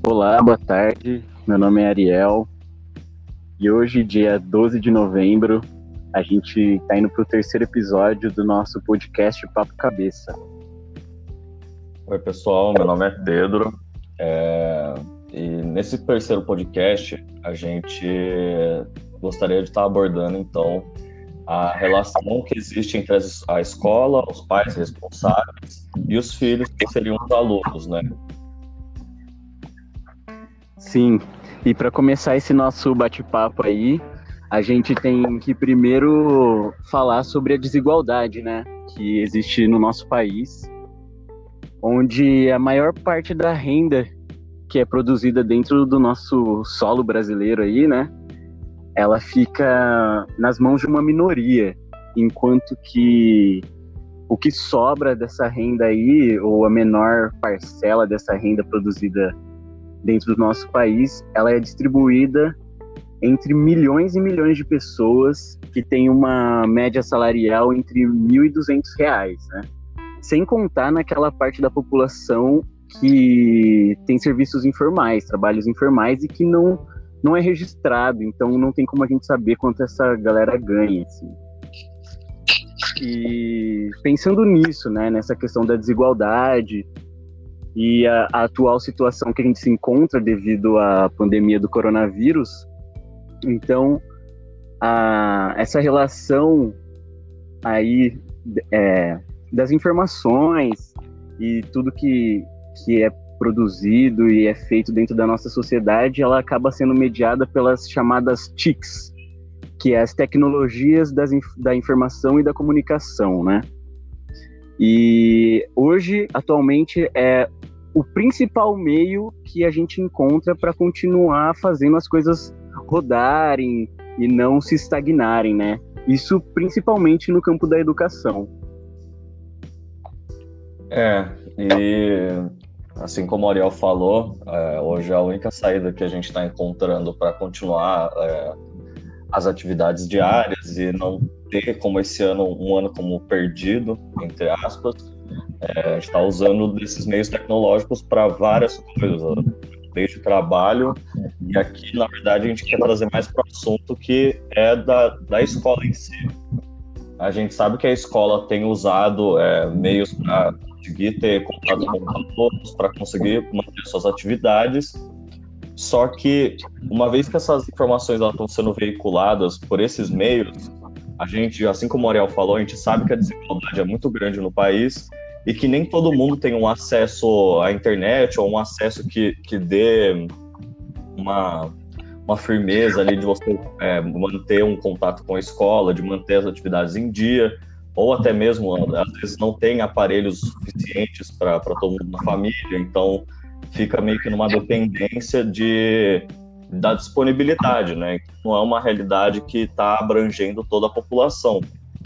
Olá, boa tarde. Meu nome é Ariel e hoje, dia 12 de novembro, a gente está indo para o terceiro episódio do nosso podcast Papo Cabeça. Oi, pessoal, meu nome é Pedro e nesse terceiro podcast a gente gostaria de estar abordando, então, a relação que existe entre a escola, os pais responsáveis e os filhos, que seriam os alunos, né? Sim, e para começar esse nosso bate-papo aí, a gente tem que primeiro falar sobre a desigualdade, né, que existe no nosso país, onde a maior parte da renda que é produzida dentro do nosso solo brasileiro aí, né, ela fica nas mãos de uma minoria, enquanto que o que sobra dessa renda aí, ou a menor parcela dessa renda produzida dentro do nosso país, ela é distribuída entre milhões e milhões de pessoas que têm uma média salarial entre R$ 1.200, né? Sem contar naquela parte da população que tem serviços informais, trabalhos informais e que não é registrado, então não tem como a gente saber quanto essa galera ganha, assim. E pensando nisso, né, nessa questão da desigualdade e a atual situação que a gente se encontra devido à pandemia do coronavírus, então essa relação aí das informações e tudo que é produzido e é feito dentro da nossa sociedade, ela acaba sendo mediada pelas chamadas TICs, que é as tecnologias da informação e da comunicação, né? E hoje, atualmente, é o principal meio que a gente encontra para continuar fazendo as coisas rodarem e não se estagnarem, né? Isso principalmente no campo da educação. E assim como o Ariel falou, hoje a única saída que a gente está encontrando para continuar as atividades diárias e não ter como esse ano, um ano como perdido, entre aspas, a gente está usando desses meios tecnológicos para várias coisas, desde trabalho, e aqui, na verdade, a gente quer trazer mais para o assunto que é da escola em si. A gente sabe que a escola tem usado meios para conseguir ter contato com os alunos, para conseguir manter suas atividades, só que, uma vez que essas informações estão sendo veiculadas por esses meios, a gente, assim como o Ariel falou, a gente sabe que a desigualdade é muito grande no país e que nem todo mundo tem um acesso à internet ou um acesso que dê uma firmeza ali de você manter um contato com a escola, de manter as atividades em dia, ou até mesmo, às vezes, não tem aparelhos suficientes para todo mundo na família, então fica meio que numa dependência da disponibilidade, né? Não é uma realidade que está abrangendo toda a população.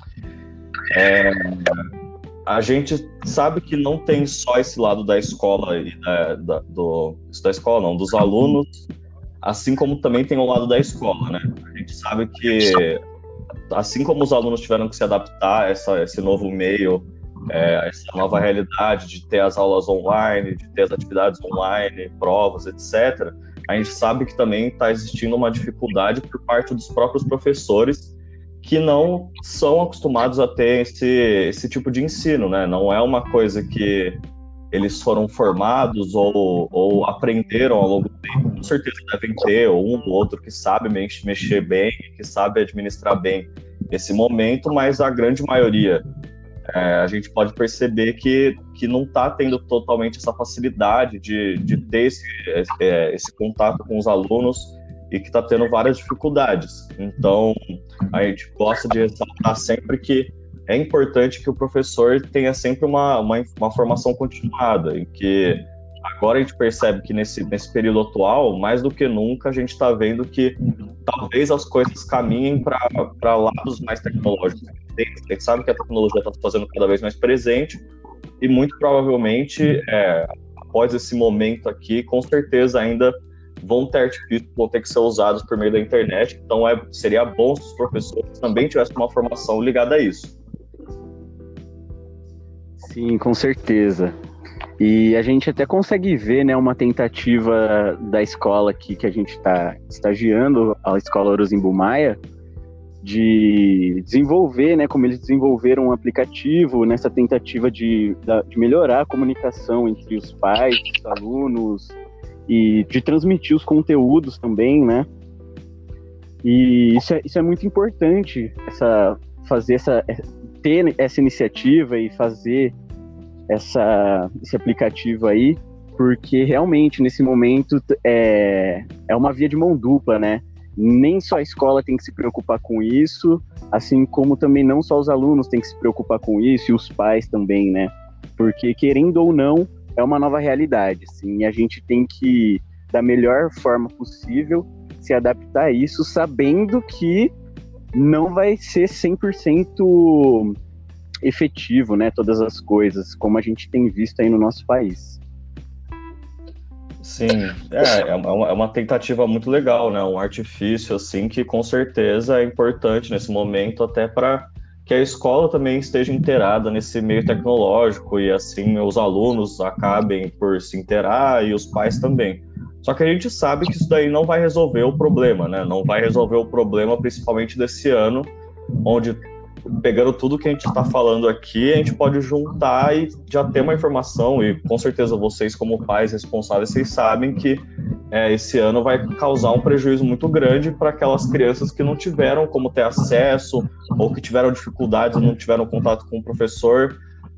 A gente sabe que não tem só esse lado da escola e da escola não, dos alunos, assim como também tem o lado da escola, né? A gente sabe que, assim como os alunos tiveram que se adaptar a esse novo meio, essa nova realidade de ter as aulas online, de ter as atividades online, provas, etc., a gente sabe que também está existindo uma dificuldade por parte dos próprios professores que não são acostumados a ter esse tipo de ensino, né? Não é uma coisa que eles foram formados ou aprenderam ao longo do tempo. Com certeza devem ter um ou outro que sabe mexer bem, que sabe administrar bem esse momento, mas a grande maioria, a gente pode perceber que não está tendo totalmente essa facilidade de ter esse contato com os alunos e que está tendo várias dificuldades. Então, a gente gosta de ressaltar sempre que é importante que o professor tenha sempre uma formação continuada, em que agora a gente percebe que nesse período atual, mais do que nunca, a gente está vendo que talvez as coisas caminhem para lados mais tecnológicos. A gente sabe que a tecnologia está se fazendo cada vez mais presente e muito provavelmente, após esse momento aqui, com certeza ainda vão ter artifícios que vão ter que ser usados por meio da internet. Então seria bom se os professores também tivessem uma formação ligada a isso. Sim, com certeza. E a gente até consegue ver, né, uma tentativa da escola aqui que a gente está estagiando, a Escola Orozimbo Maia, de desenvolver, né, como eles desenvolveram um aplicativo nessa tentativa de melhorar a comunicação entre os pais, os alunos, e de transmitir os conteúdos também, né? E isso é muito importante, ter essa iniciativa e fazer esse aplicativo aí, porque realmente nesse momento é uma via de mão dupla, né? Nem só a escola tem que se preocupar com isso, assim como também não só os alunos têm que se preocupar com isso, e os pais também, né? Porque, querendo ou não, é uma nova realidade, assim, e a gente tem que, da melhor forma possível, se adaptar a isso, sabendo que não vai ser 100% efetivo, né? Todas as coisas, como a gente tem visto aí no nosso país. Sim, é uma tentativa muito legal, né? Um artifício, assim, que com certeza é importante nesse momento, até para que a escola também esteja inteirada nesse meio tecnológico e, assim, os alunos acabem por se inteirar e os pais também. Só que a gente sabe que isso daí não vai resolver o problema, né? Não vai resolver o problema, principalmente desse ano, onde, pegando tudo que a gente está falando aqui, a gente pode juntar e já ter uma informação, e com certeza vocês, como pais responsáveis, vocês sabem que esse ano vai causar um prejuízo muito grande para aquelas crianças que não tiveram como ter acesso, ou que tiveram dificuldades, não tiveram contato com o professor.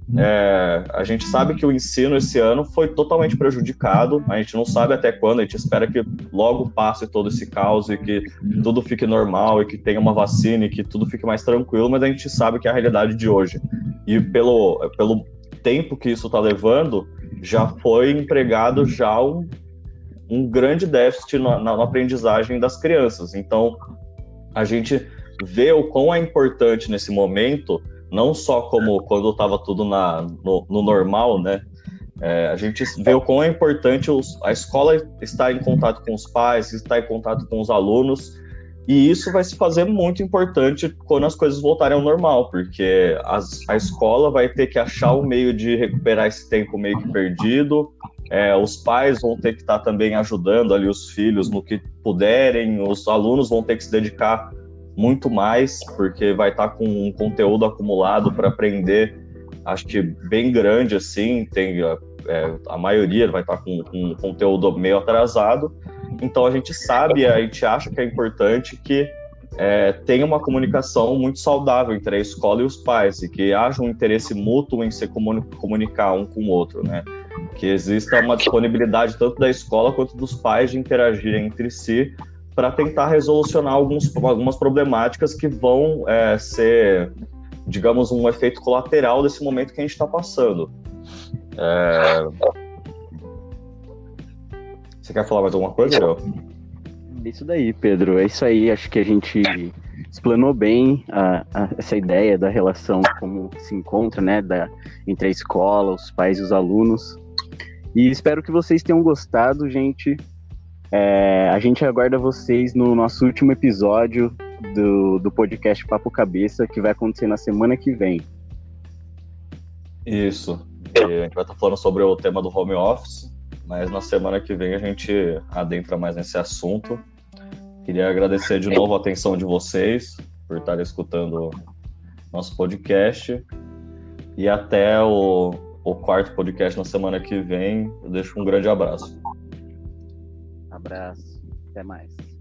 A gente sabe que o ensino esse ano foi totalmente prejudicado, a gente não sabe até quando, a gente espera que logo passe todo esse caos e que tudo fique normal e que tenha uma vacina e que tudo fique mais tranquilo, mas a gente sabe que é a realidade de hoje. E pelo tempo que isso está levando, já foi empregado já um grande déficit na aprendizagem das crianças. Então, a gente vê o quão é importante nesse momento, não só como quando estava tudo no normal, né? A gente vê o quão é importante a escola estar em contato com os pais, estar em contato com os alunos, e isso vai se fazer muito importante quando as coisas voltarem ao normal, porque a escola vai ter que achar um meio de recuperar esse tempo meio que perdido, os pais vão ter que estar também ajudando ali os filhos no que puderem, os alunos vão ter que se dedicar muito mais, porque vai estar com um conteúdo acumulado para aprender, acho que bem grande, assim, a maioria vai estar com um conteúdo meio atrasado, então a gente sabe, a gente acha que é importante que tenha uma comunicação muito saudável entre a escola e os pais, e que haja um interesse mútuo em se comunicar um com o outro, né? Que exista uma disponibilidade tanto da escola quanto dos pais de interagirem entre si, para tentar resolucionar algumas problemáticas que vão ser, digamos, um efeito colateral desse momento que a gente está passando. Você quer falar mais alguma coisa, Léo? Isso daí, Pedro. É isso aí. Acho que a gente explanou bem essa ideia da relação, como se encontra, né, entre a escola, os pais e os alunos. E espero que vocês tenham gostado, gente. A gente aguarda vocês no nosso último episódio do podcast Papo Cabeça, que vai acontecer na semana que vem. Isso. E a gente vai estar falando sobre o tema do home office, mas na semana que vem a gente adentra mais nesse assunto. Queria agradecer de novo a atenção de vocês por estarem escutando nosso podcast. E até o quarto podcast na semana que vem. Eu deixo um grande abraço. Abraço. Até mais.